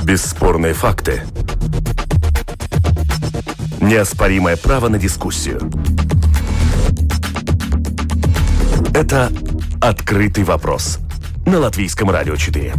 Бесспорные факты. Неоспоримое право на дискуссию. Это «Открытый вопрос» на Латвийском радио 4.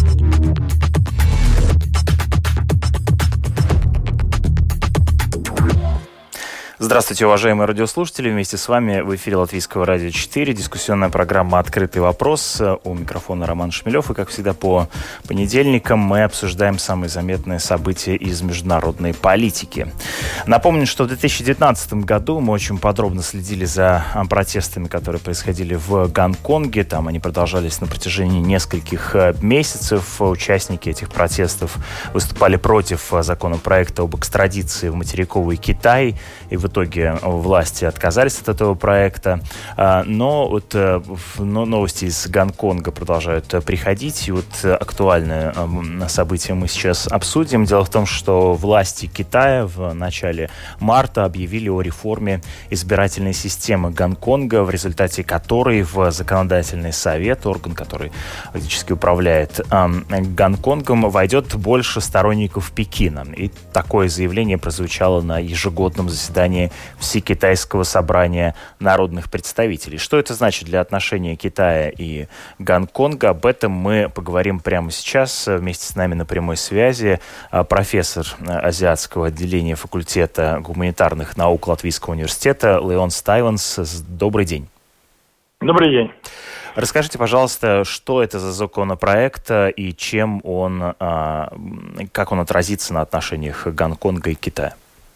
Здравствуйте, уважаемые радиослушатели. Вместе с вами в эфире Латвийского радио 4. Дискуссионная программа «Открытый вопрос». У микрофона Роман Шмелев. И, как всегда, по понедельникам мы обсуждаем самые заметные события из международной политики. Напомню, что в 2019 году мы очень подробно следили за протестами, которые происходили в Гонконге. Там они продолжались на протяжении нескольких месяцев. Участники этих протестов выступали против законопроекта об экстрадиции в материковый Китай. И в итоге власти отказались от этого проекта. Но вот новости из Гонконга продолжают приходить. И вот актуальное событие мы сейчас обсудим. Дело в том, что власти Китая в начале марта объявили о реформе избирательной системы Гонконга, в результате которой в законодательный совет, орган, который фактически управляет Гонконгом, войдет больше сторонников Пекина. И такое заявление прозвучало на ежегодном заседании Всекитайского собрания народных представителей. Что это значит для отношений Китая и Гонконга? Об этом мы поговорим прямо сейчас. Вместе с нами на прямой связи профессор азиатского отделения факультета гуманитарных наук Латвийского университета Леон Стайванс. Добрый день. Добрый день. Расскажите, пожалуйста, что это за законопроект и чем он, как он отразится на отношениях Гонконга и Китая?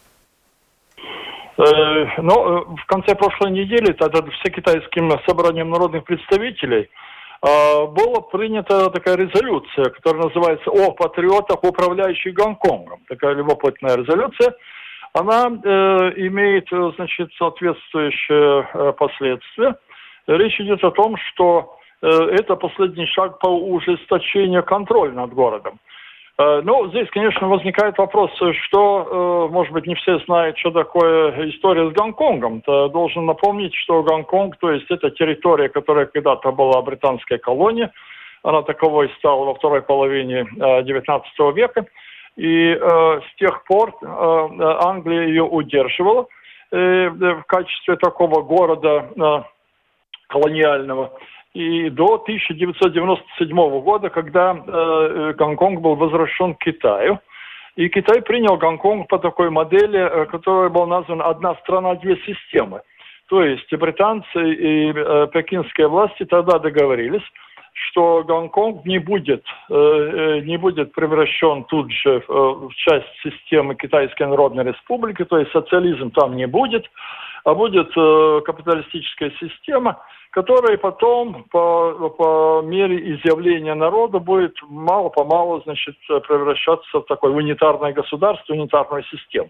В конце прошлой недели тогда Всекитайским собранием народных представителей была принята такая резолюция, которая называется «О патриотах, управляющих Гонконгом». Такая любопытная резолюция. Она имеет, соответствующие последствия. Речь идет о том, что это последний шаг по ужесточению контроля над городом. Но здесь, конечно, возникает вопрос, что, может быть, не все знают, что такое история с Гонконгом. Должен напомнить, что Гонконг, то есть это территория, которая когда-то была британской колонией, она таковой стала во второй половине XIX века, и с тех пор Англия ее удерживала в качестве такого города колониального. И до 1997 года, когда Гонконг был возвращен к Китаю, и Китай принял Гонконг по такой модели, которая была названа «Одна страна, две системы». То есть британцы и пекинские власти тогда договорились, что Гонконг не будет превращен тут же в часть системы Китайской Народной Республики, то есть социализм там не будет, а будет капиталистическая система, которая потом по мере изъявления народа будет мало-помалу, превращаться в такое унитарное государство, унитарную систему.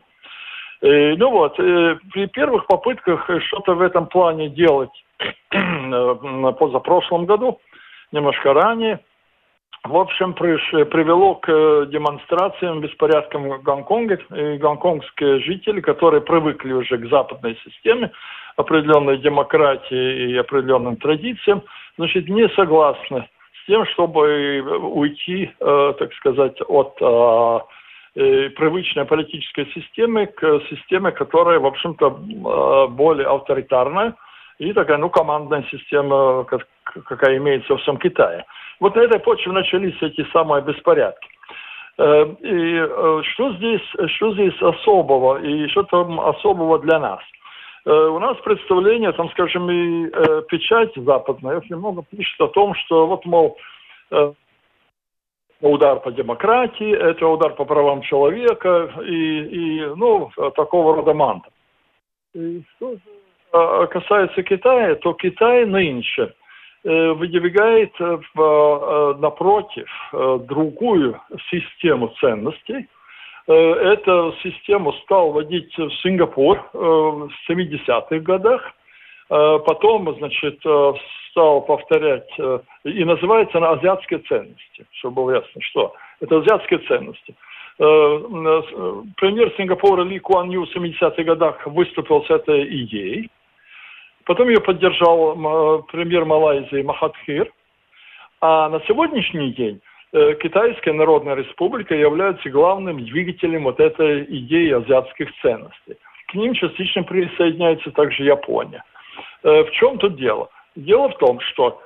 При первых попытках что-то в этом плане делать позапрошлом году, немножко ранее, в общем, привело к демонстрациям, беспорядкам в Гонконге. И гонконгские жители, которые привыкли уже к западной системе, определенной демократии и определенным традициям, не согласны с тем, чтобы уйти, так сказать, от привычной политической системы к системе, которая, в общем-то, более авторитарная и такая, командная система, какая имеется во всем Китае. Вот на этой почве начались эти самые беспорядки. И что здесь особого, и что там особого для нас? У нас представление, и печать западная очень много пишет о том, что удар по демократии, это удар по правам человека и такого рода мантра. И что же касается Китая, то Китай нынче выдвигает напротив другую систему ценностей. Эту систему стал вводить в Сингапур в 70-х годах. Потом, стал повторять, и называется она «Азиатские ценности», чтобы было ясно, что это азиатские ценности. Премьер Сингапура Ли Куан Ю в 70-х годах выступил с этой идеей. Потом ее поддержал премьер Малайзии Махатхир. А на сегодняшний день Китайская Народная Республика является главным двигателем вот этой идеи азиатских ценностей. К ним частично присоединяется также Япония. В чем тут дело? Дело в том, что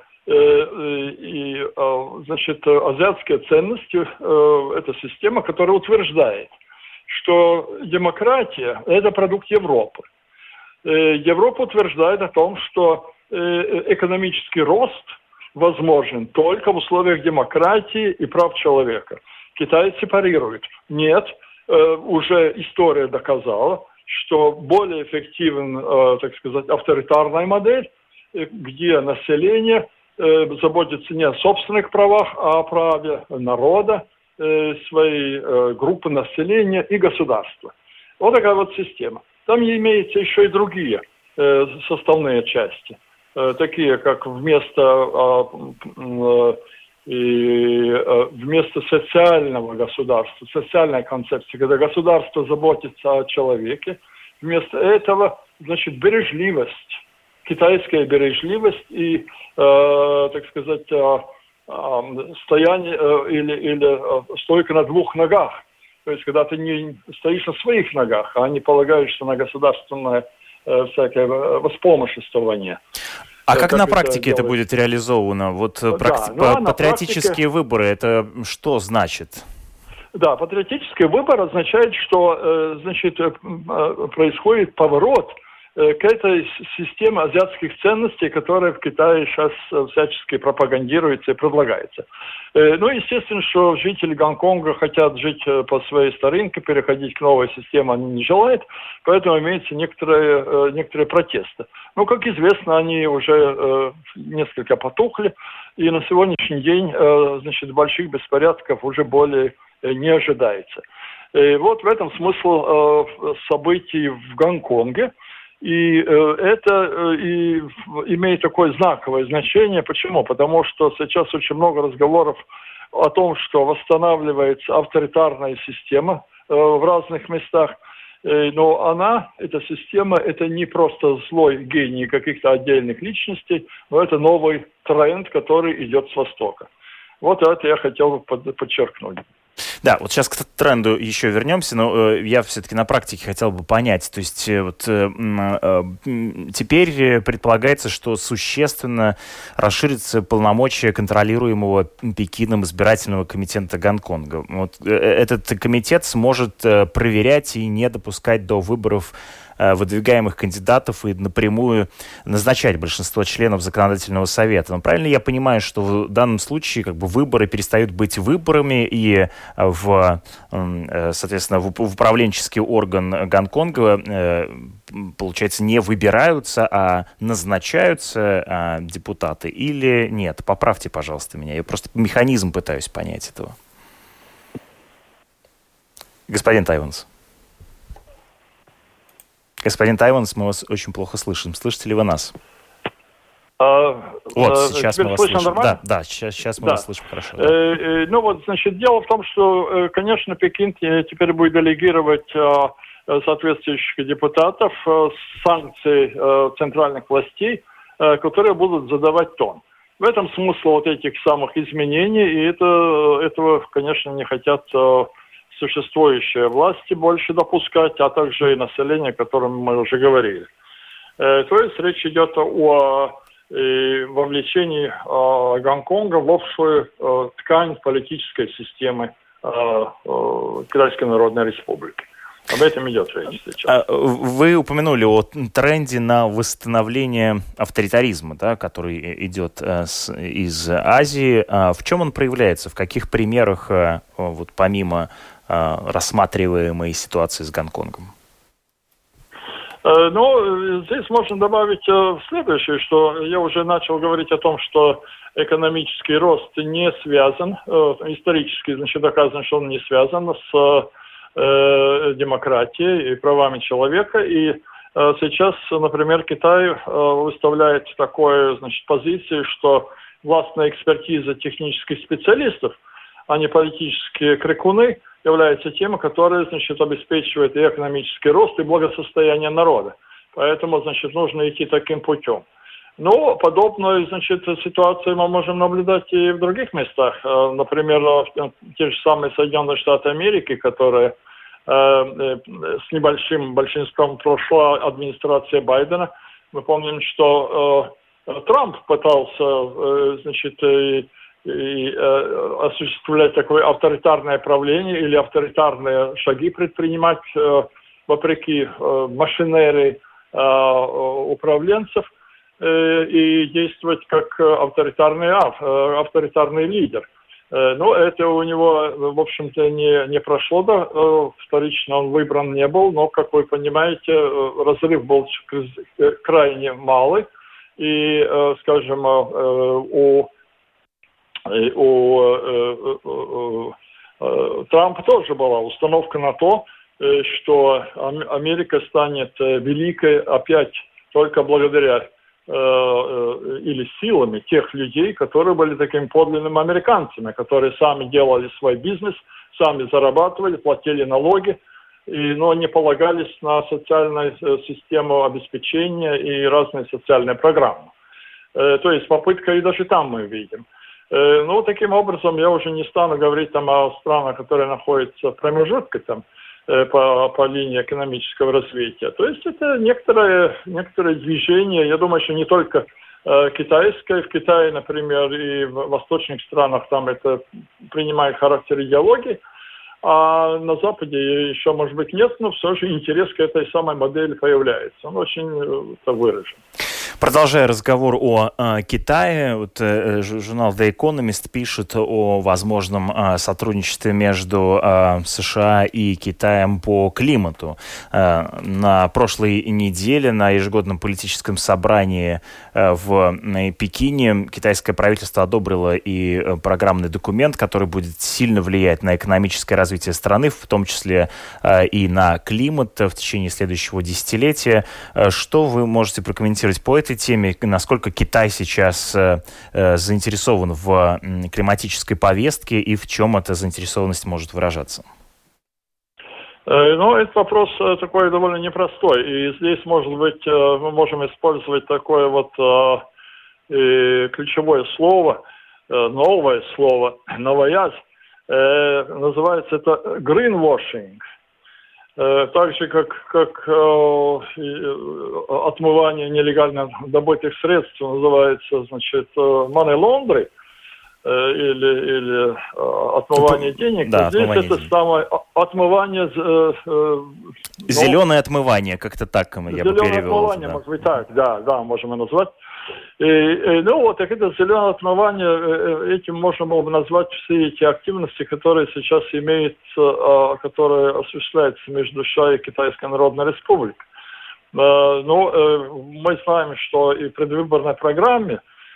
азиатские ценности – это система, которая утверждает, что демократия – это продукт Европы. Европа утверждает о том, что экономический рост возможен только в условиях демократии и прав человека. Китайцы парируют. Нет, уже история доказала, что более эффективна, так сказать, авторитарная модель, где население заботится не о собственных правах, а о праве народа, своей группы населения и государства. Вот такая вот система. Там имеются еще и другие составные части, такие как вместо социального государства, социальная концепция, когда государство заботится о человеке, вместо этого, значит, бережливость, китайская бережливость и, так сказать, стояние или стойка на двух ногах. То есть, когда ты не стоишь на своих ногах, а не полагаешься на государственное всякое воспомоществование. А как на практике это будет реализовано? Вот патриотические выборы, это что значит? Да, патриотический выбор означает, что происходит поворот к этой системе азиатских ценностей, которая в Китае сейчас всячески пропагандируется и предлагается. Естественно, что жители Гонконга хотят жить по своей старинке, переходить к новой системе они не желают, поэтому имеются некоторые протесты. Как известно, они уже несколько потухли, и на сегодняшний день, больших беспорядков уже более не ожидается. И вот в этом смысл событий в Гонконге. И это имеет такое знаковое значение. Почему? Потому что сейчас очень много разговоров о том, что восстанавливается авторитарная система в разных местах. Но эта система, это не просто злой гений каких-то отдельных личностей, но это новый тренд, который идет с Востока. Вот это я хотел бы подчеркнуть. Да, вот сейчас к тренду еще вернемся, но я все-таки на практике хотел бы понять. То есть теперь предполагается, что существенно расширится полномочия контролируемого Пекином избирательного комитета Гонконга. Вот этот комитет сможет проверять и не допускать до выборов выдвигаемых кандидатов и напрямую назначать большинство членов законодательного совета. Но правильно я понимаю, что в данном случае выборы перестают быть выборами и соответственно, в управленческий орган Гонконга, получается, не выбираются, а назначаются депутаты или нет? Поправьте, пожалуйста, меня. Я просто механизм пытаюсь понять этого. Господин Тайванс. Господин Тайванс, мы вас очень плохо слышим. Слышите ли вы нас? Сейчас мы вас слышим. Нормально? Да, сейчас мы вас слышим хорошо. Да. Дело в том, что, конечно, Пекин теперь будет делегировать соответствующих депутатов санкций центральных властей, которые будут задавать тон. В этом смысл этих самых изменений, и этого, конечно, не хотят существующие власти больше допускать, а также и население, о котором мы уже говорили. То есть речь идет о вовлечении Гонконга в общую ткань политической системы Китайской Народной Республики. Об этом идет речь сейчас. Вы упомянули о тренде на восстановление авторитаризма, да, который идет из Азии. В чем он проявляется? В каких примерах, помимо рассматриваемой ситуации с Гонконгом? Здесь можно добавить следующее, что я уже начал говорить о том, что экономический рост не связан, исторически, доказано, что он не связан с демократией и правами человека. И сейчас, например, Китай выставляет такую, позицию, что властная экспертиза технических специалистов, а не политические крикуны, является тем, которая, обеспечивает и экономический рост, и благосостояние народа. Поэтому, нужно идти таким путем. Но подобную, значит, ситуацию мы можем наблюдать и в других местах. Например, те же самые Соединенные Штаты Америки, которые с небольшим большинством прошла администрация Байдена. Мы помним, что Трамп пытался, значит, осуществлять такое авторитарное правление или авторитарные шаги предпринимать вопреки машинерии управленцев и действовать как авторитарный лидер. Но это у него, в общем-то, не прошло, да, вторично он выбран не был, но, как вы понимаете, разрыв был крайне малый, и, скажем, у Трампа тоже была установка на то, что Америка станет великой опять только благодаря или силами тех людей, которые были такими подлинными американцами, которые сами делали свой бизнес, сами зарабатывали, платили налоги, но не полагались на социальную систему обеспечения и разные социальные программы. То есть попытка и даже там мы видим. Ну, таким образом, я уже не стану говорить там о странах, которые находятся в промежутке там, по линии экономического развития. То есть это некоторое движение, я думаю, что не только китайское, в Китае, например, и в восточных странах там это принимает характер идеологии, а на Западе еще, может быть, нет, но все же интерес к этой самой модели появляется. Он очень выражен. Продолжая разговор о Китае, вот, журнал The Economist пишет о возможном сотрудничестве между США и Китаем по климату. На прошлой неделе на ежегодном политическом собрании в Пекине китайское правительство одобрило и программный документ, который будет сильно влиять на экономическое развитие страны, в том числе и на климат в течение следующего десятилетия. Что вы можете прокомментировать по этой теме, насколько Китай сейчас заинтересован в климатической повестке и в чем эта заинтересованность может выражаться? Ну, этот вопрос такой довольно непростой. И здесь, может быть, мы можем использовать такое вот ключевое слово, новое слово, новояз. Называется это greenwashing. Так же, как отмывание нелегально добытых средств называется, значит, money laundering или отмывание денег. Да, здесь отмывание это денег. Самое отмывание... Зеленое отмывание, как-то так я бы перевел. Зеленое отмывание, да. может быть, так, да, можем и назвать. Ну вот, так это зеленое отмывание, этим можно было бы назвать все эти активности, которые сейчас имеются, которые осуществляются между США и Китайской Народной Республикой. Мы знаем, что и в предвыборной программе,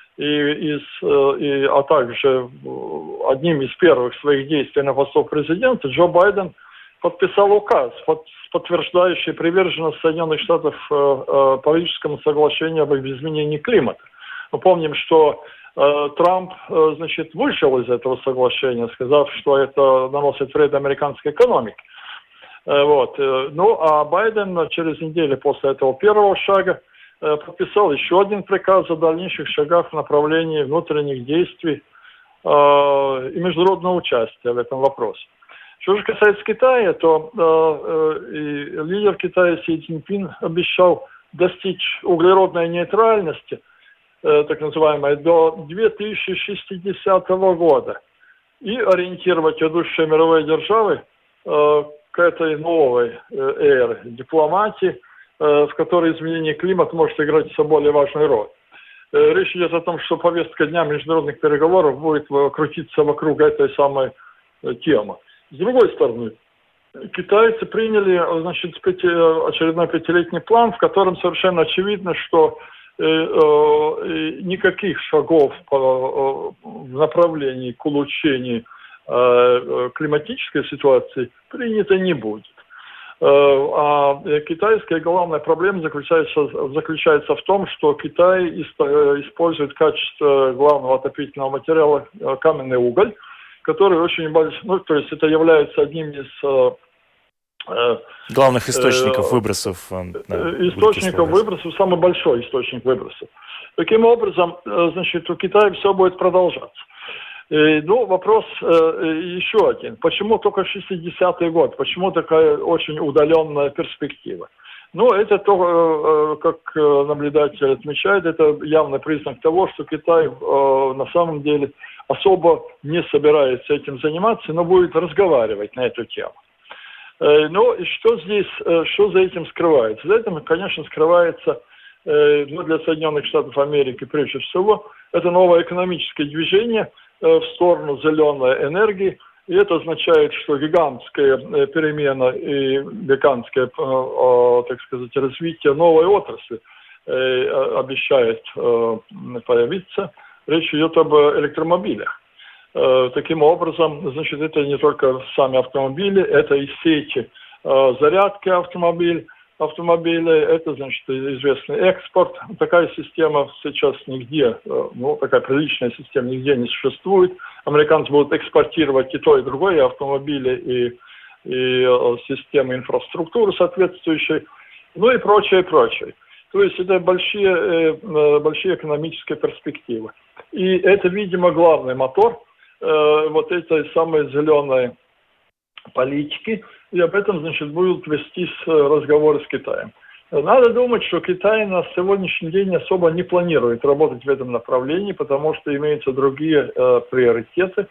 а также одним из первых своих действий на посту президента Джо Байден подписал указ, подтверждающий приверженность Соединенных Штатов Парижскому соглашению об изменении климата. Мы помним, что Трамп, значит, вышел из этого соглашения, сказав, что это наносит вред американской экономике. Вот. Ну, а Байден через неделю после этого первого шага подписал еще один приказ о дальнейших шагах в направлении внутренних действий и международного участия в этом вопросе. Что же касается Китая, то лидер Китая Си Цзиньпин обещал достичь углеродной нейтральности, так называемой, до 2060 года и ориентировать ведущие мировые державы к этой новой эре дипломатии, в которой изменение климата может играть все более важную роль. Речь идет о том, что повестка дня международных переговоров будет крутиться вокруг этой самой темы. С другой стороны, китайцы приняли, значит, очередной пятилетний план, в котором совершенно очевидно, что никаких шагов в направлении к улучшению климатической ситуации принято не будет. А китайская главная проблема заключается в том, что Китай использует в качестве главного отопительного материала каменный уголь, который очень большой, то есть это является одним из главных источников выбросов. Источников выбросов, самый большой источник выбросов. Таким образом, значит, у Китая все будет продолжаться. Ну, вопрос еще один. Почему только 60-й год? Почему такая очень удаленная перспектива? Ну, это то, как наблюдатель отмечает, это явный признак того, что Китай на самом деле особо не собирается этим заниматься, но будет разговаривать на эту тему. Ну, и что здесь, что за этим скрывается? За этим, конечно, скрывается, ну, для Соединенных Штатов Америки прежде всего, это новое экономическое движение в сторону зеленой энергии. И это означает, что гигантская перемена и гигантское, так сказать, развитие новой отрасли обещает появиться. Речь идет об электромобилях. Таким образом, значит, это не только сами автомобили, это и сети зарядки автомобилей, это, значит, известный экспорт. Такая система сейчас нигде, ну, такая приличная система нигде не существует. Американцы будут экспортировать и то, и другое, и автомобили, и системы инфраструктуры соответствующей, ну и прочее, прочее. То есть это большие экономические перспективы. И это, видимо, главный мотор вот этой самой зеленой политики, и об этом, значит, будут вестись разговоры с Китаем. Надо думать, что Китай на сегодняшний день особо не планирует работать в этом направлении, потому что имеются другие приоритеты,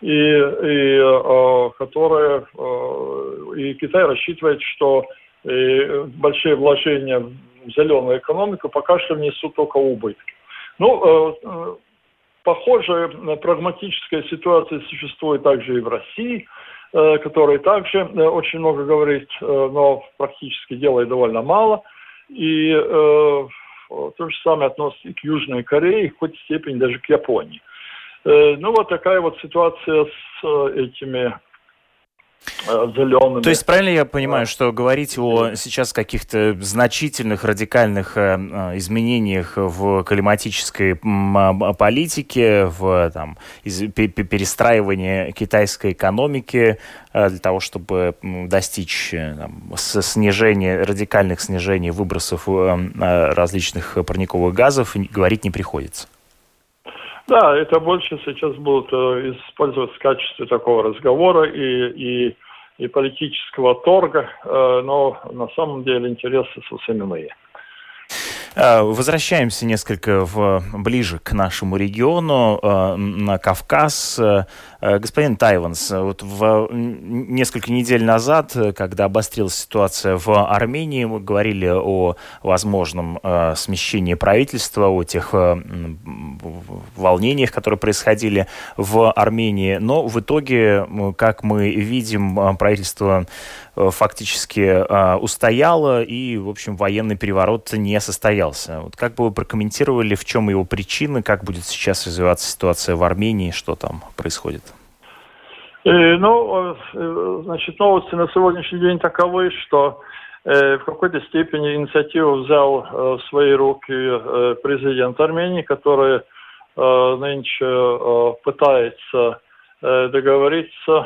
и Китай рассчитывает, что большие вложения в зеленую экономику пока что несут только убытки. Ну, похожая прагматическая ситуация существует также и в России, который также очень много говорит, но практически делает довольно мало. И то же самое относится и к Южной Корее, и в какой-то степени даже к Японии. Ну, вот такая вот ситуация с этими зелеными. То есть правильно я понимаю, что говорить о сейчас каких-то значительных, радикальных изменениях в климатической политике, в перестраивании китайской экономики для того, чтобы достичь радикальных снижений выбросов различных парниковых газов, говорить не приходится? Да, это больше сейчас будут использоваться в качестве такого разговора и политического торга, но на самом деле интересы совсем иные. Возвращаемся несколько ближе к нашему региону, на Кавказ. Господин Тайванс, вот несколько недель назад, когда обострилась ситуация в Армении, мы говорили о возможном смещении правительства, о тех волнениях, которые происходили в Армении. Но в итоге, как мы видим, правительство фактически устояло, и, в общем, военный переворот не состоялся. Вот как бы вы прокомментировали, в чем его причины, как будет сейчас развиваться ситуация в Армении, что там происходит? Ну, значит, новости на сегодняшний день таковы, что в какой-то степени инициативу взял в свои руки президент Армении, который нынче пытается договориться.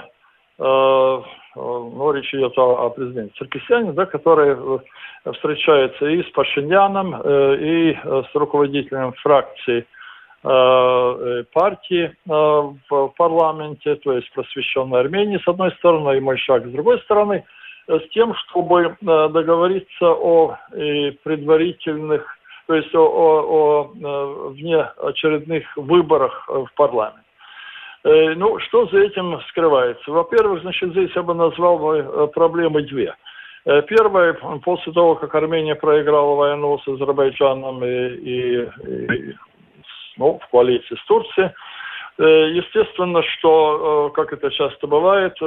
Ну, речь идет о президенте Саркисяне, да, который встречается и с Пашиняном, и с руководителем фракции партии в парламенте, то есть просвещенной Армении, с одной стороны, и «Мой шаг» с другой стороны, с тем, чтобы договориться о предварительных, то есть о внеочередных выборах в парламент. Ну, что за этим скрывается? Во-первых, значит, здесь я бы назвал проблемы две. Первое, после того, как Армения проиграла войну с Азербайджаном в коалиции с Турцией, естественно, что, как это часто бывает,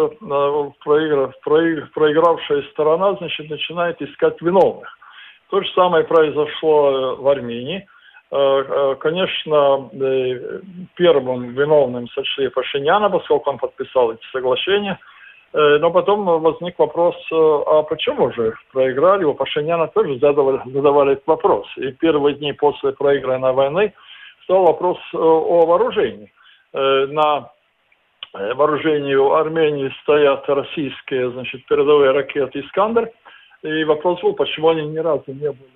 проигравшая сторона, значит, начинает искать виновных. То же самое произошло в Армении. Конечно, первым виновным сочли Пашиняна, поскольку он подписал эти соглашения. Но потом возник вопрос, а почему же проиграли? У Пашиняна тоже задавали этот вопрос. И первые дни после проигранной войны стал вопрос о вооружении. На вооружению Армении стоят российские, значит, передовые ракеты «Искандер». И вопрос был, почему они ни разу не были.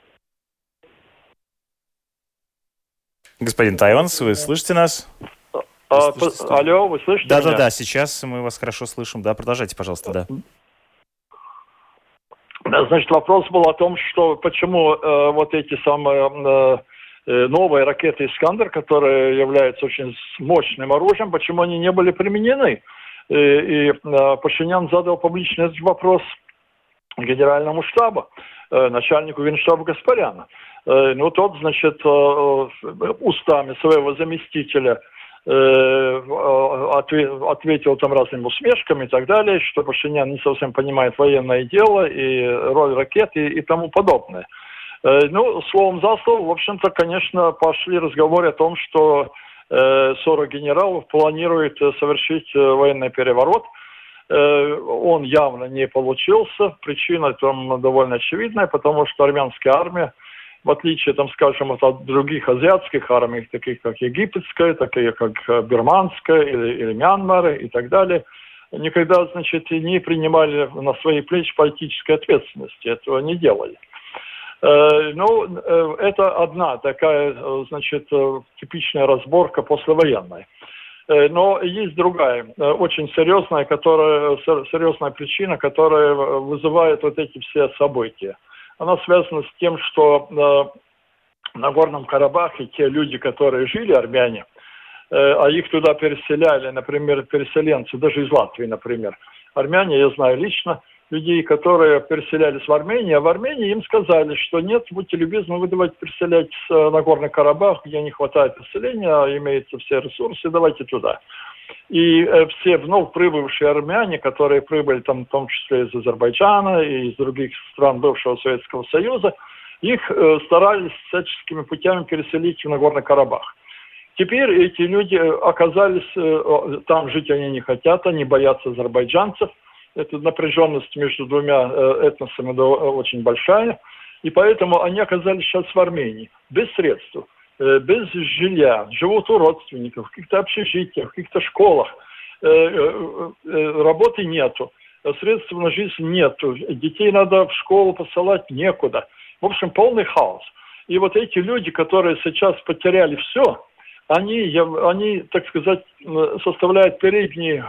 Господин Тайванс, вы слышите нас? Алло, вы слышите меня? Да, сейчас мы вас хорошо слышим. Да, продолжайте, пожалуйста, да. Значит, вопрос был о том, что почему вот эти самые новые ракеты «Искандер», которые являются очень мощным оружием, почему они не были применены. И Пашинян задал публичный вопрос генеральному штабу, начальнику Генштаба Гаспаряна. Ну, тот, значит, устами своего заместителя ответил там разными усмешками и так далее, что Пашинян не совсем понимает военное дело и роль ракет и тому подобное. Ну, словом за словом, в общем-то, конечно, пошли разговоры о том, что 40 генералов планируют совершить военный переворот. Он явно не получился. Причина там довольно очевидная, потому что армянская армия, в отличие, там, скажем, от других азиатских армий, таких как египетская, такие как бирманская или Мьянмар и так далее, никогда, значит, не принимали на свои плечи политической ответственности. Этого не делали. Ну, это одна такая, значит, типичная разборка послевоенная. Но есть другая, очень серьезная причина, которая вызывает вот эти все события. Она связана с тем, что на Горном Карабахе те люди, которые жили, армяне, а их туда переселяли, например, переселенцы, даже из Латвии, например. Армяне, я знаю лично, людей, которые переселялись в Армению, а в Армении им сказали, что нет, будьте любезны, вы давайте переселять на Горный Карабах, где не хватает населения, а имеются все ресурсы, давайте туда. И все вновь прибывшие армяне, которые прибыли там, в том числе из Азербайджана и из других стран бывшего Советского Союза, их старались всяческими путями переселить в Нагорный Карабах. Теперь эти люди оказались, там жить они не хотят, они боятся азербайджанцев. Эта напряженность между двумя этносами очень большая. И поэтому они оказались сейчас в Армении без средств, без жилья, живут у родственников, в каких-то общежитиях, в каких-то школах. Работы нету, средств на жизнь нету, детей надо в школу посылать некуда. В общем, полный хаос. И вот эти люди, которые сейчас потеряли все, они, так сказать, составляют переднюю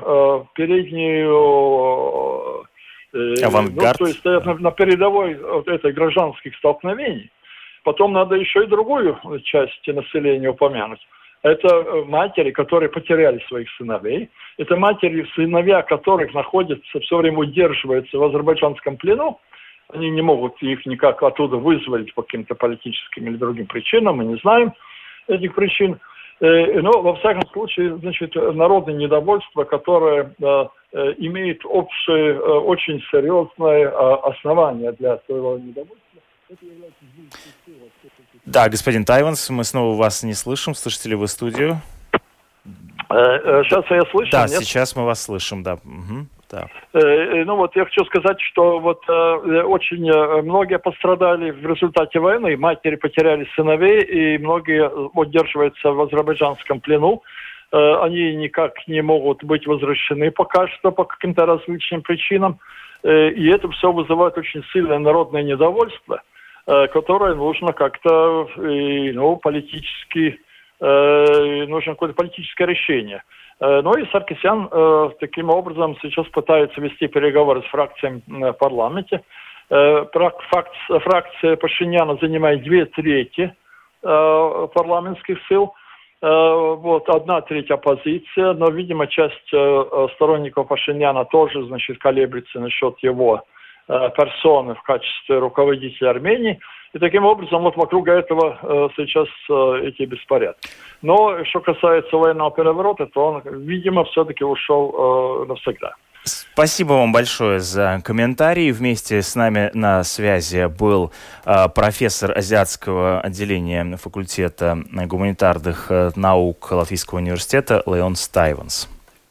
авангард. То есть стоят на передовой вот этой гражданских столкновений. Потом надо еще и другую часть населения упомянуть. Это матери, которые потеряли своих сыновей. Это матери, сыновья которых находятся, все время удерживаются в азербайджанском плену. Они не могут их никак оттуда вызволить по каким-то политическим или другим причинам. Мы не знаем этих причин. Но, во всяком случае, значит, народное недовольство, которое имеет общее, очень серьезное основание для своего недовольства, это является... Да, господин Тайванс, мы снова вас не слышим. Слышите ли вы студию? Сейчас я слышу, да, нет? сейчас мы вас слышим, да. Угу, да. Ну вот я хочу сказать, что вот очень многие пострадали в результате войны, матери потеряли сыновей, и многие удерживаются в азербайджанском плену. Они никак не могут быть возвращены пока что по каким-то различным причинам. И это все вызывает очень сильное народное недовольство, которое нужно как-то, политически, нужно какое-то политическое решение. Ну и Саркисян таким образом сейчас пытается вести переговоры с фракциями в парламенте. Фракция Пашиняна занимает 2/3 парламентских сил. Вот 1/3 оппозиция, но, видимо, часть сторонников Пашиняна тоже, значит, колеблется насчет его персоны в качестве руководителя Армении. И таким образом вот вокруг этого сейчас эти беспорядки. Но что касается военного переворота, то он, видимо, все-таки ушел навсегда. Спасибо вам большое за комментарий. Вместе с нами на связи был профессор азиатского отделения факультета гуманитарных наук Латвийского университета Леонс Тайванс.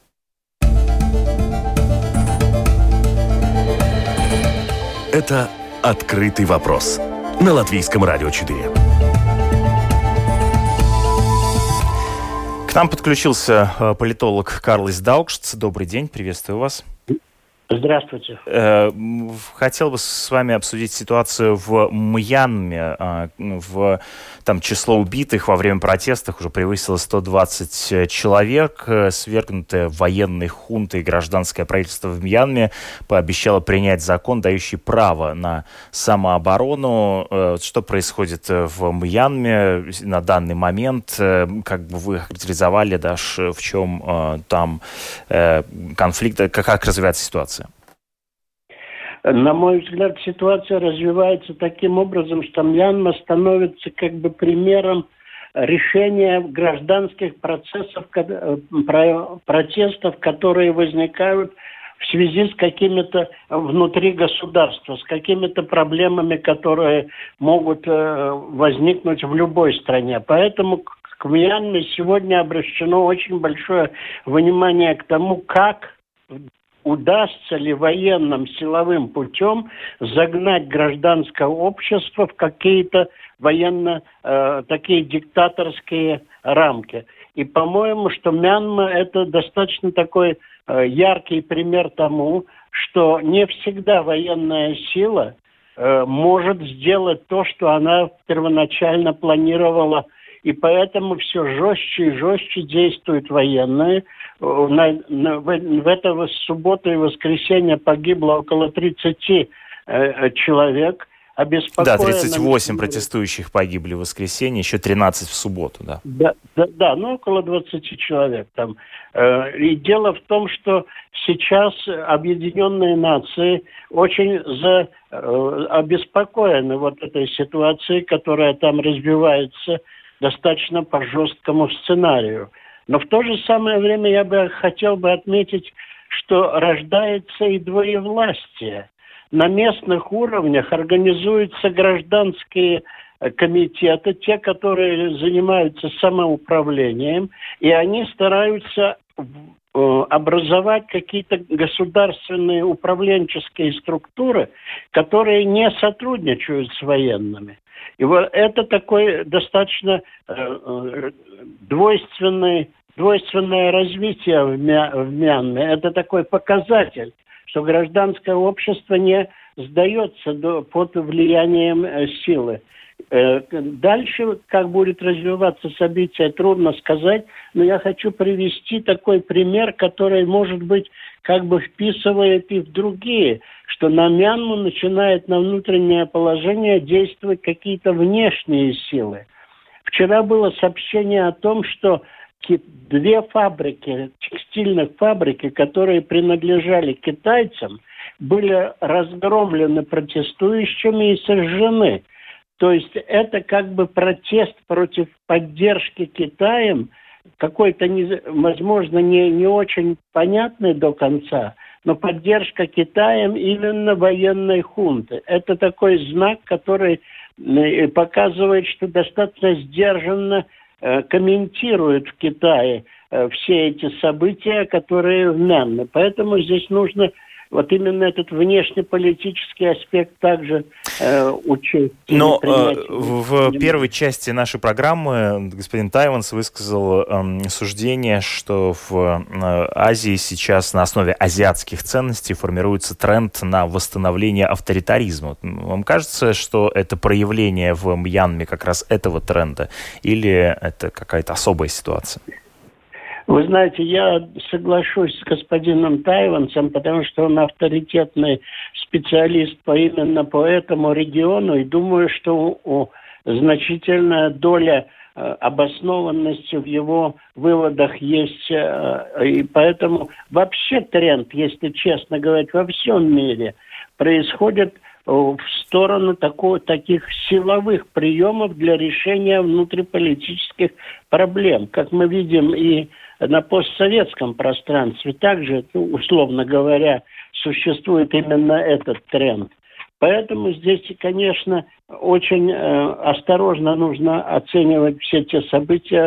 Это «Открытый вопрос» на Латвийском радио 4. К нам подключился политолог Карлис Даукшц. Добрый день, приветствую вас. Здравствуйте. Хотел бы с вами обсудить ситуацию в Мьянме. Там число убитых во время протестов уже превысило 120 человек. Свергнутое военной хунтой гражданское правительство в Мьянме пообещало принять закон, дающий право на самооборону. Что происходит в Мьянме на данный момент? Как бы вы характеризовали, Даш, в чем там конфликт, как развивается ситуация? На мой взгляд, ситуация развивается таким образом, что Мьянма становится как бы примером решения гражданских протестов, которые возникают в связи с какими-то внутри государства, с какими-то проблемами, которые могут возникнуть в любой стране. Поэтому к Мьянме сегодня обращено очень большое внимание к тому, как удастся ли военным силовым путем загнать гражданское общество в какие-то такие диктаторские рамки. И, по-моему, что Мьянма – это достаточно такой яркий пример тому, что не всегда военная сила может сделать то, что она первоначально планировала. И поэтому все жестче и жестче действуют военные. В эту субботу и воскресенье погибло около 30 человек. Да, 38 протестующих погибли в воскресенье, еще 13 в субботу, да. Да, около 20 человек там. И дело в том, что сейчас Объединенные Нации очень обеспокоены вот этой ситуацией, которая там развивается достаточно по жесткому сценарию. Но в то же самое время я хотел бы отметить, что рождается и двоевластие. На местных уровнях организуются гражданские комитеты, те, которые занимаются самоуправлением, и они стараются образовать какие-то государственные управленческие структуры, которые не сотрудничают с военными. И вот это такое достаточно двойственное развитие в Мьянме. Это такой показатель, что гражданское общество не сдается под влиянием силы. Дальше, как будет развиваться событие, трудно сказать, но я хочу привести такой пример, который, может быть, как бы вписывает и в другие, что на Мьянму начинает на внутреннее положение действовать какие-то внешние силы. Вчера было сообщение о том, что 2 фабрики, текстильных фабрики, которые принадлежали китайцам, были разгромлены протестующими и сожжены. То есть это как бы протест против поддержки Китаем, какой-то, возможно, не очень понятный до конца, но поддержка Китаем именно военной хунты. Это такой знак, который показывает, что достаточно сдержанно комментируют в Китае все эти события, которые в Мьянме. Поэтому здесь нужно вот именно этот внешнеполитический аспект также учесть. Но в первой части нашей программы господин Тайванс высказал суждение, что в Азии сейчас на основе азиатских ценностей формируется тренд на восстановление авторитаризма. Вам кажется, что это проявление в Мьянме как раз этого тренда, или это какая-то особая ситуация? Вы знаете, я соглашусь с господином Тайванцем, потому что он авторитетный специалист именно по этому региону, и думаю, что значительная доля обоснованности в его выводах есть. И поэтому вообще тренд, если честно говорить, во всем мире происходит в сторону таких силовых приемов для решения внутриполитических проблем. Как мы видим и на постсоветском пространстве также, условно говоря, существует именно этот тренд. Поэтому здесь, конечно, очень осторожно нужно оценивать все те события, в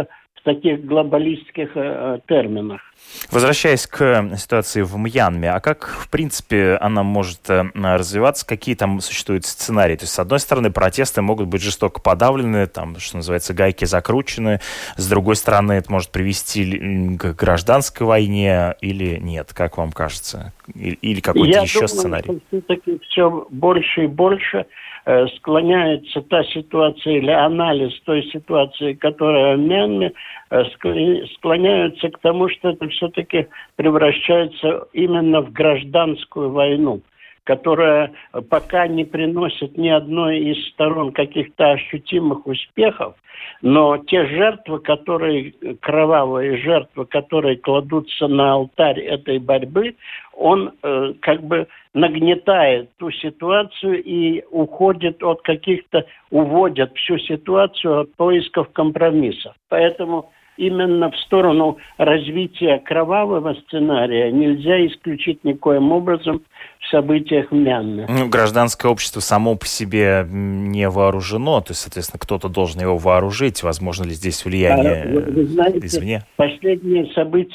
в таких глобалистских терминах. Возвращаясь к ситуации в Мьянме, а как, в принципе, она может развиваться? Какие там существуют сценарии? То есть, с одной стороны, протесты могут быть жестоко подавлены, там, что называется, гайки закручены. С другой стороны, это может привести к гражданской войне или нет? Как вам кажется? Или какой-то еще сценарий? Я думаю, что все-таки все больше и больше склоняется та ситуация или анализ той ситуации, которая в Мьянме, склоняются к тому, что это все-таки превращается именно в гражданскую войну, которая пока не приносит ни одной из сторон каких-то ощутимых успехов, но те жертвы, кровавые жертвы, которые кладутся на алтарь этой борьбы, он как бы нагнетает ту ситуацию и уводит всю ситуацию от поисков компромиссов. Поэтому именно в сторону развития кровавого сценария нельзя исключить никоим образом в событиях в Мьянме. Гражданское общество само по себе не вооружено, то есть, соответственно, кто-то должен его вооружить. Возможно ли здесь влияние вы знаете, извне? Последние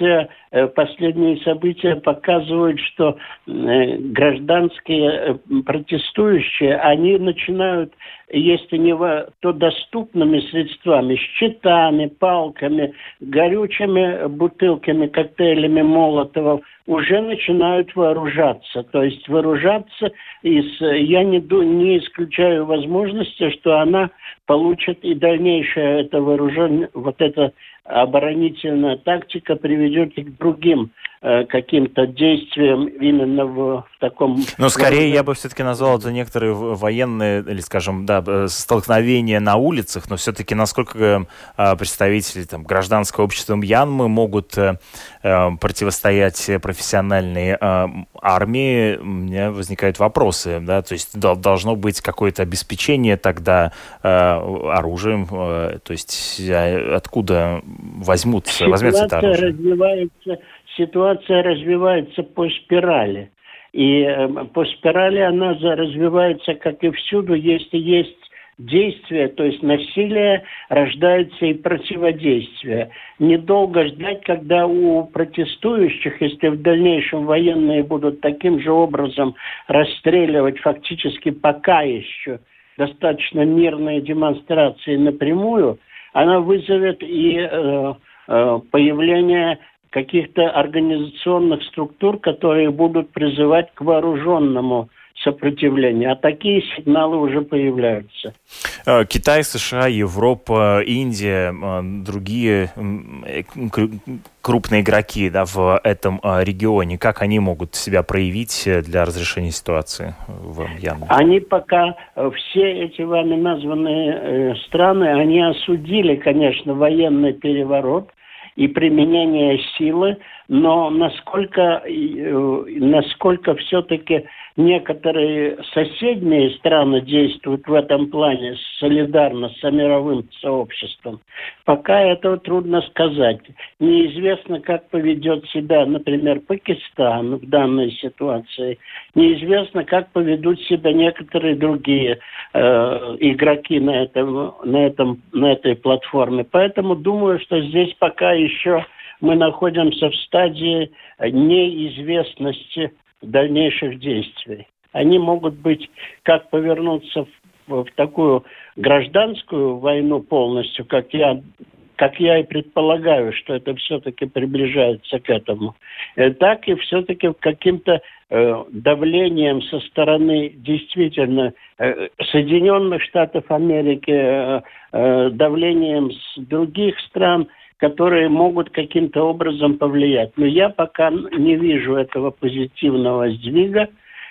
события показывают, что гражданские протестующие, они начинают, если не то доступными средствами, щитами, палками, горючими бутылками, коктейлями Молотова, уже начинают вооружаться. То есть вооружаться, я не исключаю возможности, что она получит и дальнейшее это вооружение, вот эта оборонительная тактика приведет и к другим каким-то действиям именно в таком... Но скорее я бы все-таки назвал это некоторые военные, или, скажем, столкновения на улицах, но все-таки насколько представители гражданского общества Мьянмы могут противостоять профессиональной армии, у меня возникают вопросы, да, то есть должно быть какое-то обеспечение тогда оружием, то есть откуда возьмется это оружие? Ситуация развивается по спирали. И по спирали она развивается, как и всюду, если есть действие, то есть насилие, рождается и противодействие. Недолго ждать, когда у протестующих, если в дальнейшем военные будут таким же образом расстреливать фактически пока еще достаточно мирные демонстрации напрямую, она вызовет и появление каких-то организационных структур, которые будут призывать к вооруженному сопротивлению. А такие сигналы уже появляются. Китай, США, Европа, Индия, другие крупные игроки в этом регионе, как они могут себя проявить для разрешения ситуации в Мьянме? Они пока, все эти вами названные страны, они осудили, конечно, военный переворот и применение силы, но насколько все-таки некоторые соседние страны действуют в этом плане солидарно с мировым сообществом, пока этого трудно сказать. Неизвестно, как поведет себя, например, Пакистан в данной ситуации. Неизвестно, как поведут себя некоторые другие игроки на этой платформе. Поэтому думаю, что здесь пока еще мы находимся в стадии неизвестности дальнейших действий. Они могут быть, как повернуться в такую гражданскую войну полностью, как я и предполагаю, что это все-таки приближается к этому, так и все-таки каким-то давлением со стороны действительно Соединенных Штатов Америки, давлением с других стран, которые могут каким-то образом повлиять. Но я пока не вижу этого позитивного сдвига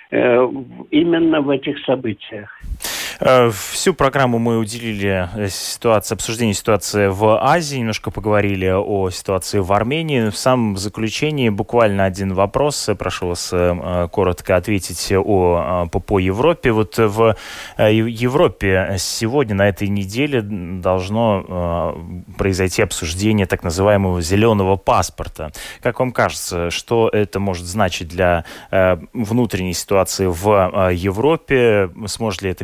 именно в этих событиях. Всю программу мы уделили обсуждению ситуации в Азии, немножко поговорили о ситуации в Армении. В самом заключении буквально один вопрос. Прошу вас коротко ответить по Европе. Вот в Европе сегодня, на этой неделе, должно произойти обсуждение так называемого зеленого паспорта. Как вам кажется, что это может значить для внутренней ситуации в Европе? Сможет ли это перезапустить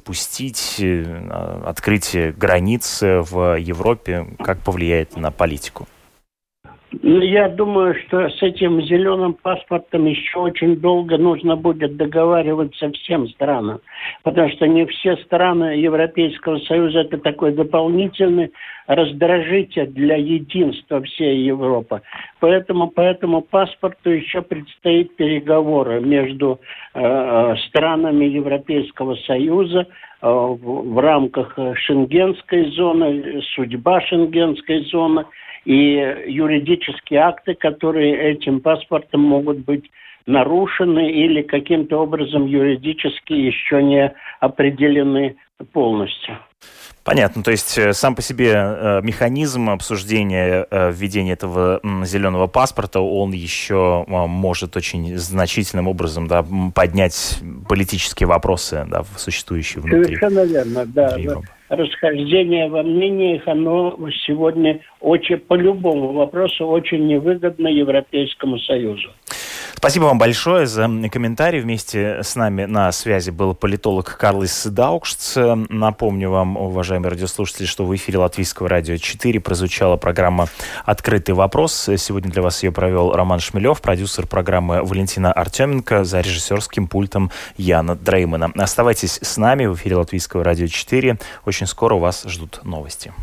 запустить открытие границ в Европе? Как повлияет на политику? Я думаю, что с этим зеленым паспортом еще очень долго нужно будет договариваться всем странам, потому что не все страны Европейского Союза это такой дополнительный раздражитель для единства всей Европы. Поэтому по этому паспорту еще предстоит переговоры между странами Европейского Союза в рамках Шенгенской зоны, судьба Шенгенской зоны и юридические акты, которые этим паспортом могут быть нарушены или каким-то образом юридически еще не определены полностью. Понятно. То есть сам по себе механизм обсуждения введения этого зеленого паспорта, он еще может очень значительным образом поднять политические вопросы, существующие внутри. Совершенно верно, да. Расхождение во мнениях, оно сегодня очень, по любому вопросу очень невыгодно Европейскому Союзу. Спасибо вам большое за комментарий. Вместе с нами на связи был политолог Карлис Даукшц. Напомню вам, уважаемые радиослушатели, что в эфире Латвийского радио 4 прозвучала программа «Открытый вопрос». Сегодня для вас ее провел Роман Шмелев, продюсер программы Валентина Артеменко, за режиссерским пультом Яна Дреймана. Оставайтесь с нами в эфире Латвийского радио 4. Очень скоро вас ждут новости.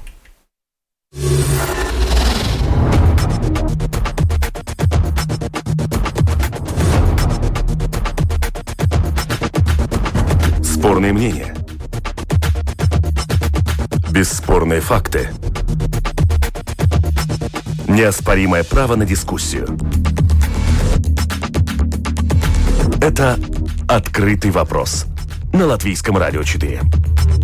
Спорные мнения. Бесспорные факты. Неоспоримое право на дискуссию. Это «Открытый вопрос» на Латвийском радио 4.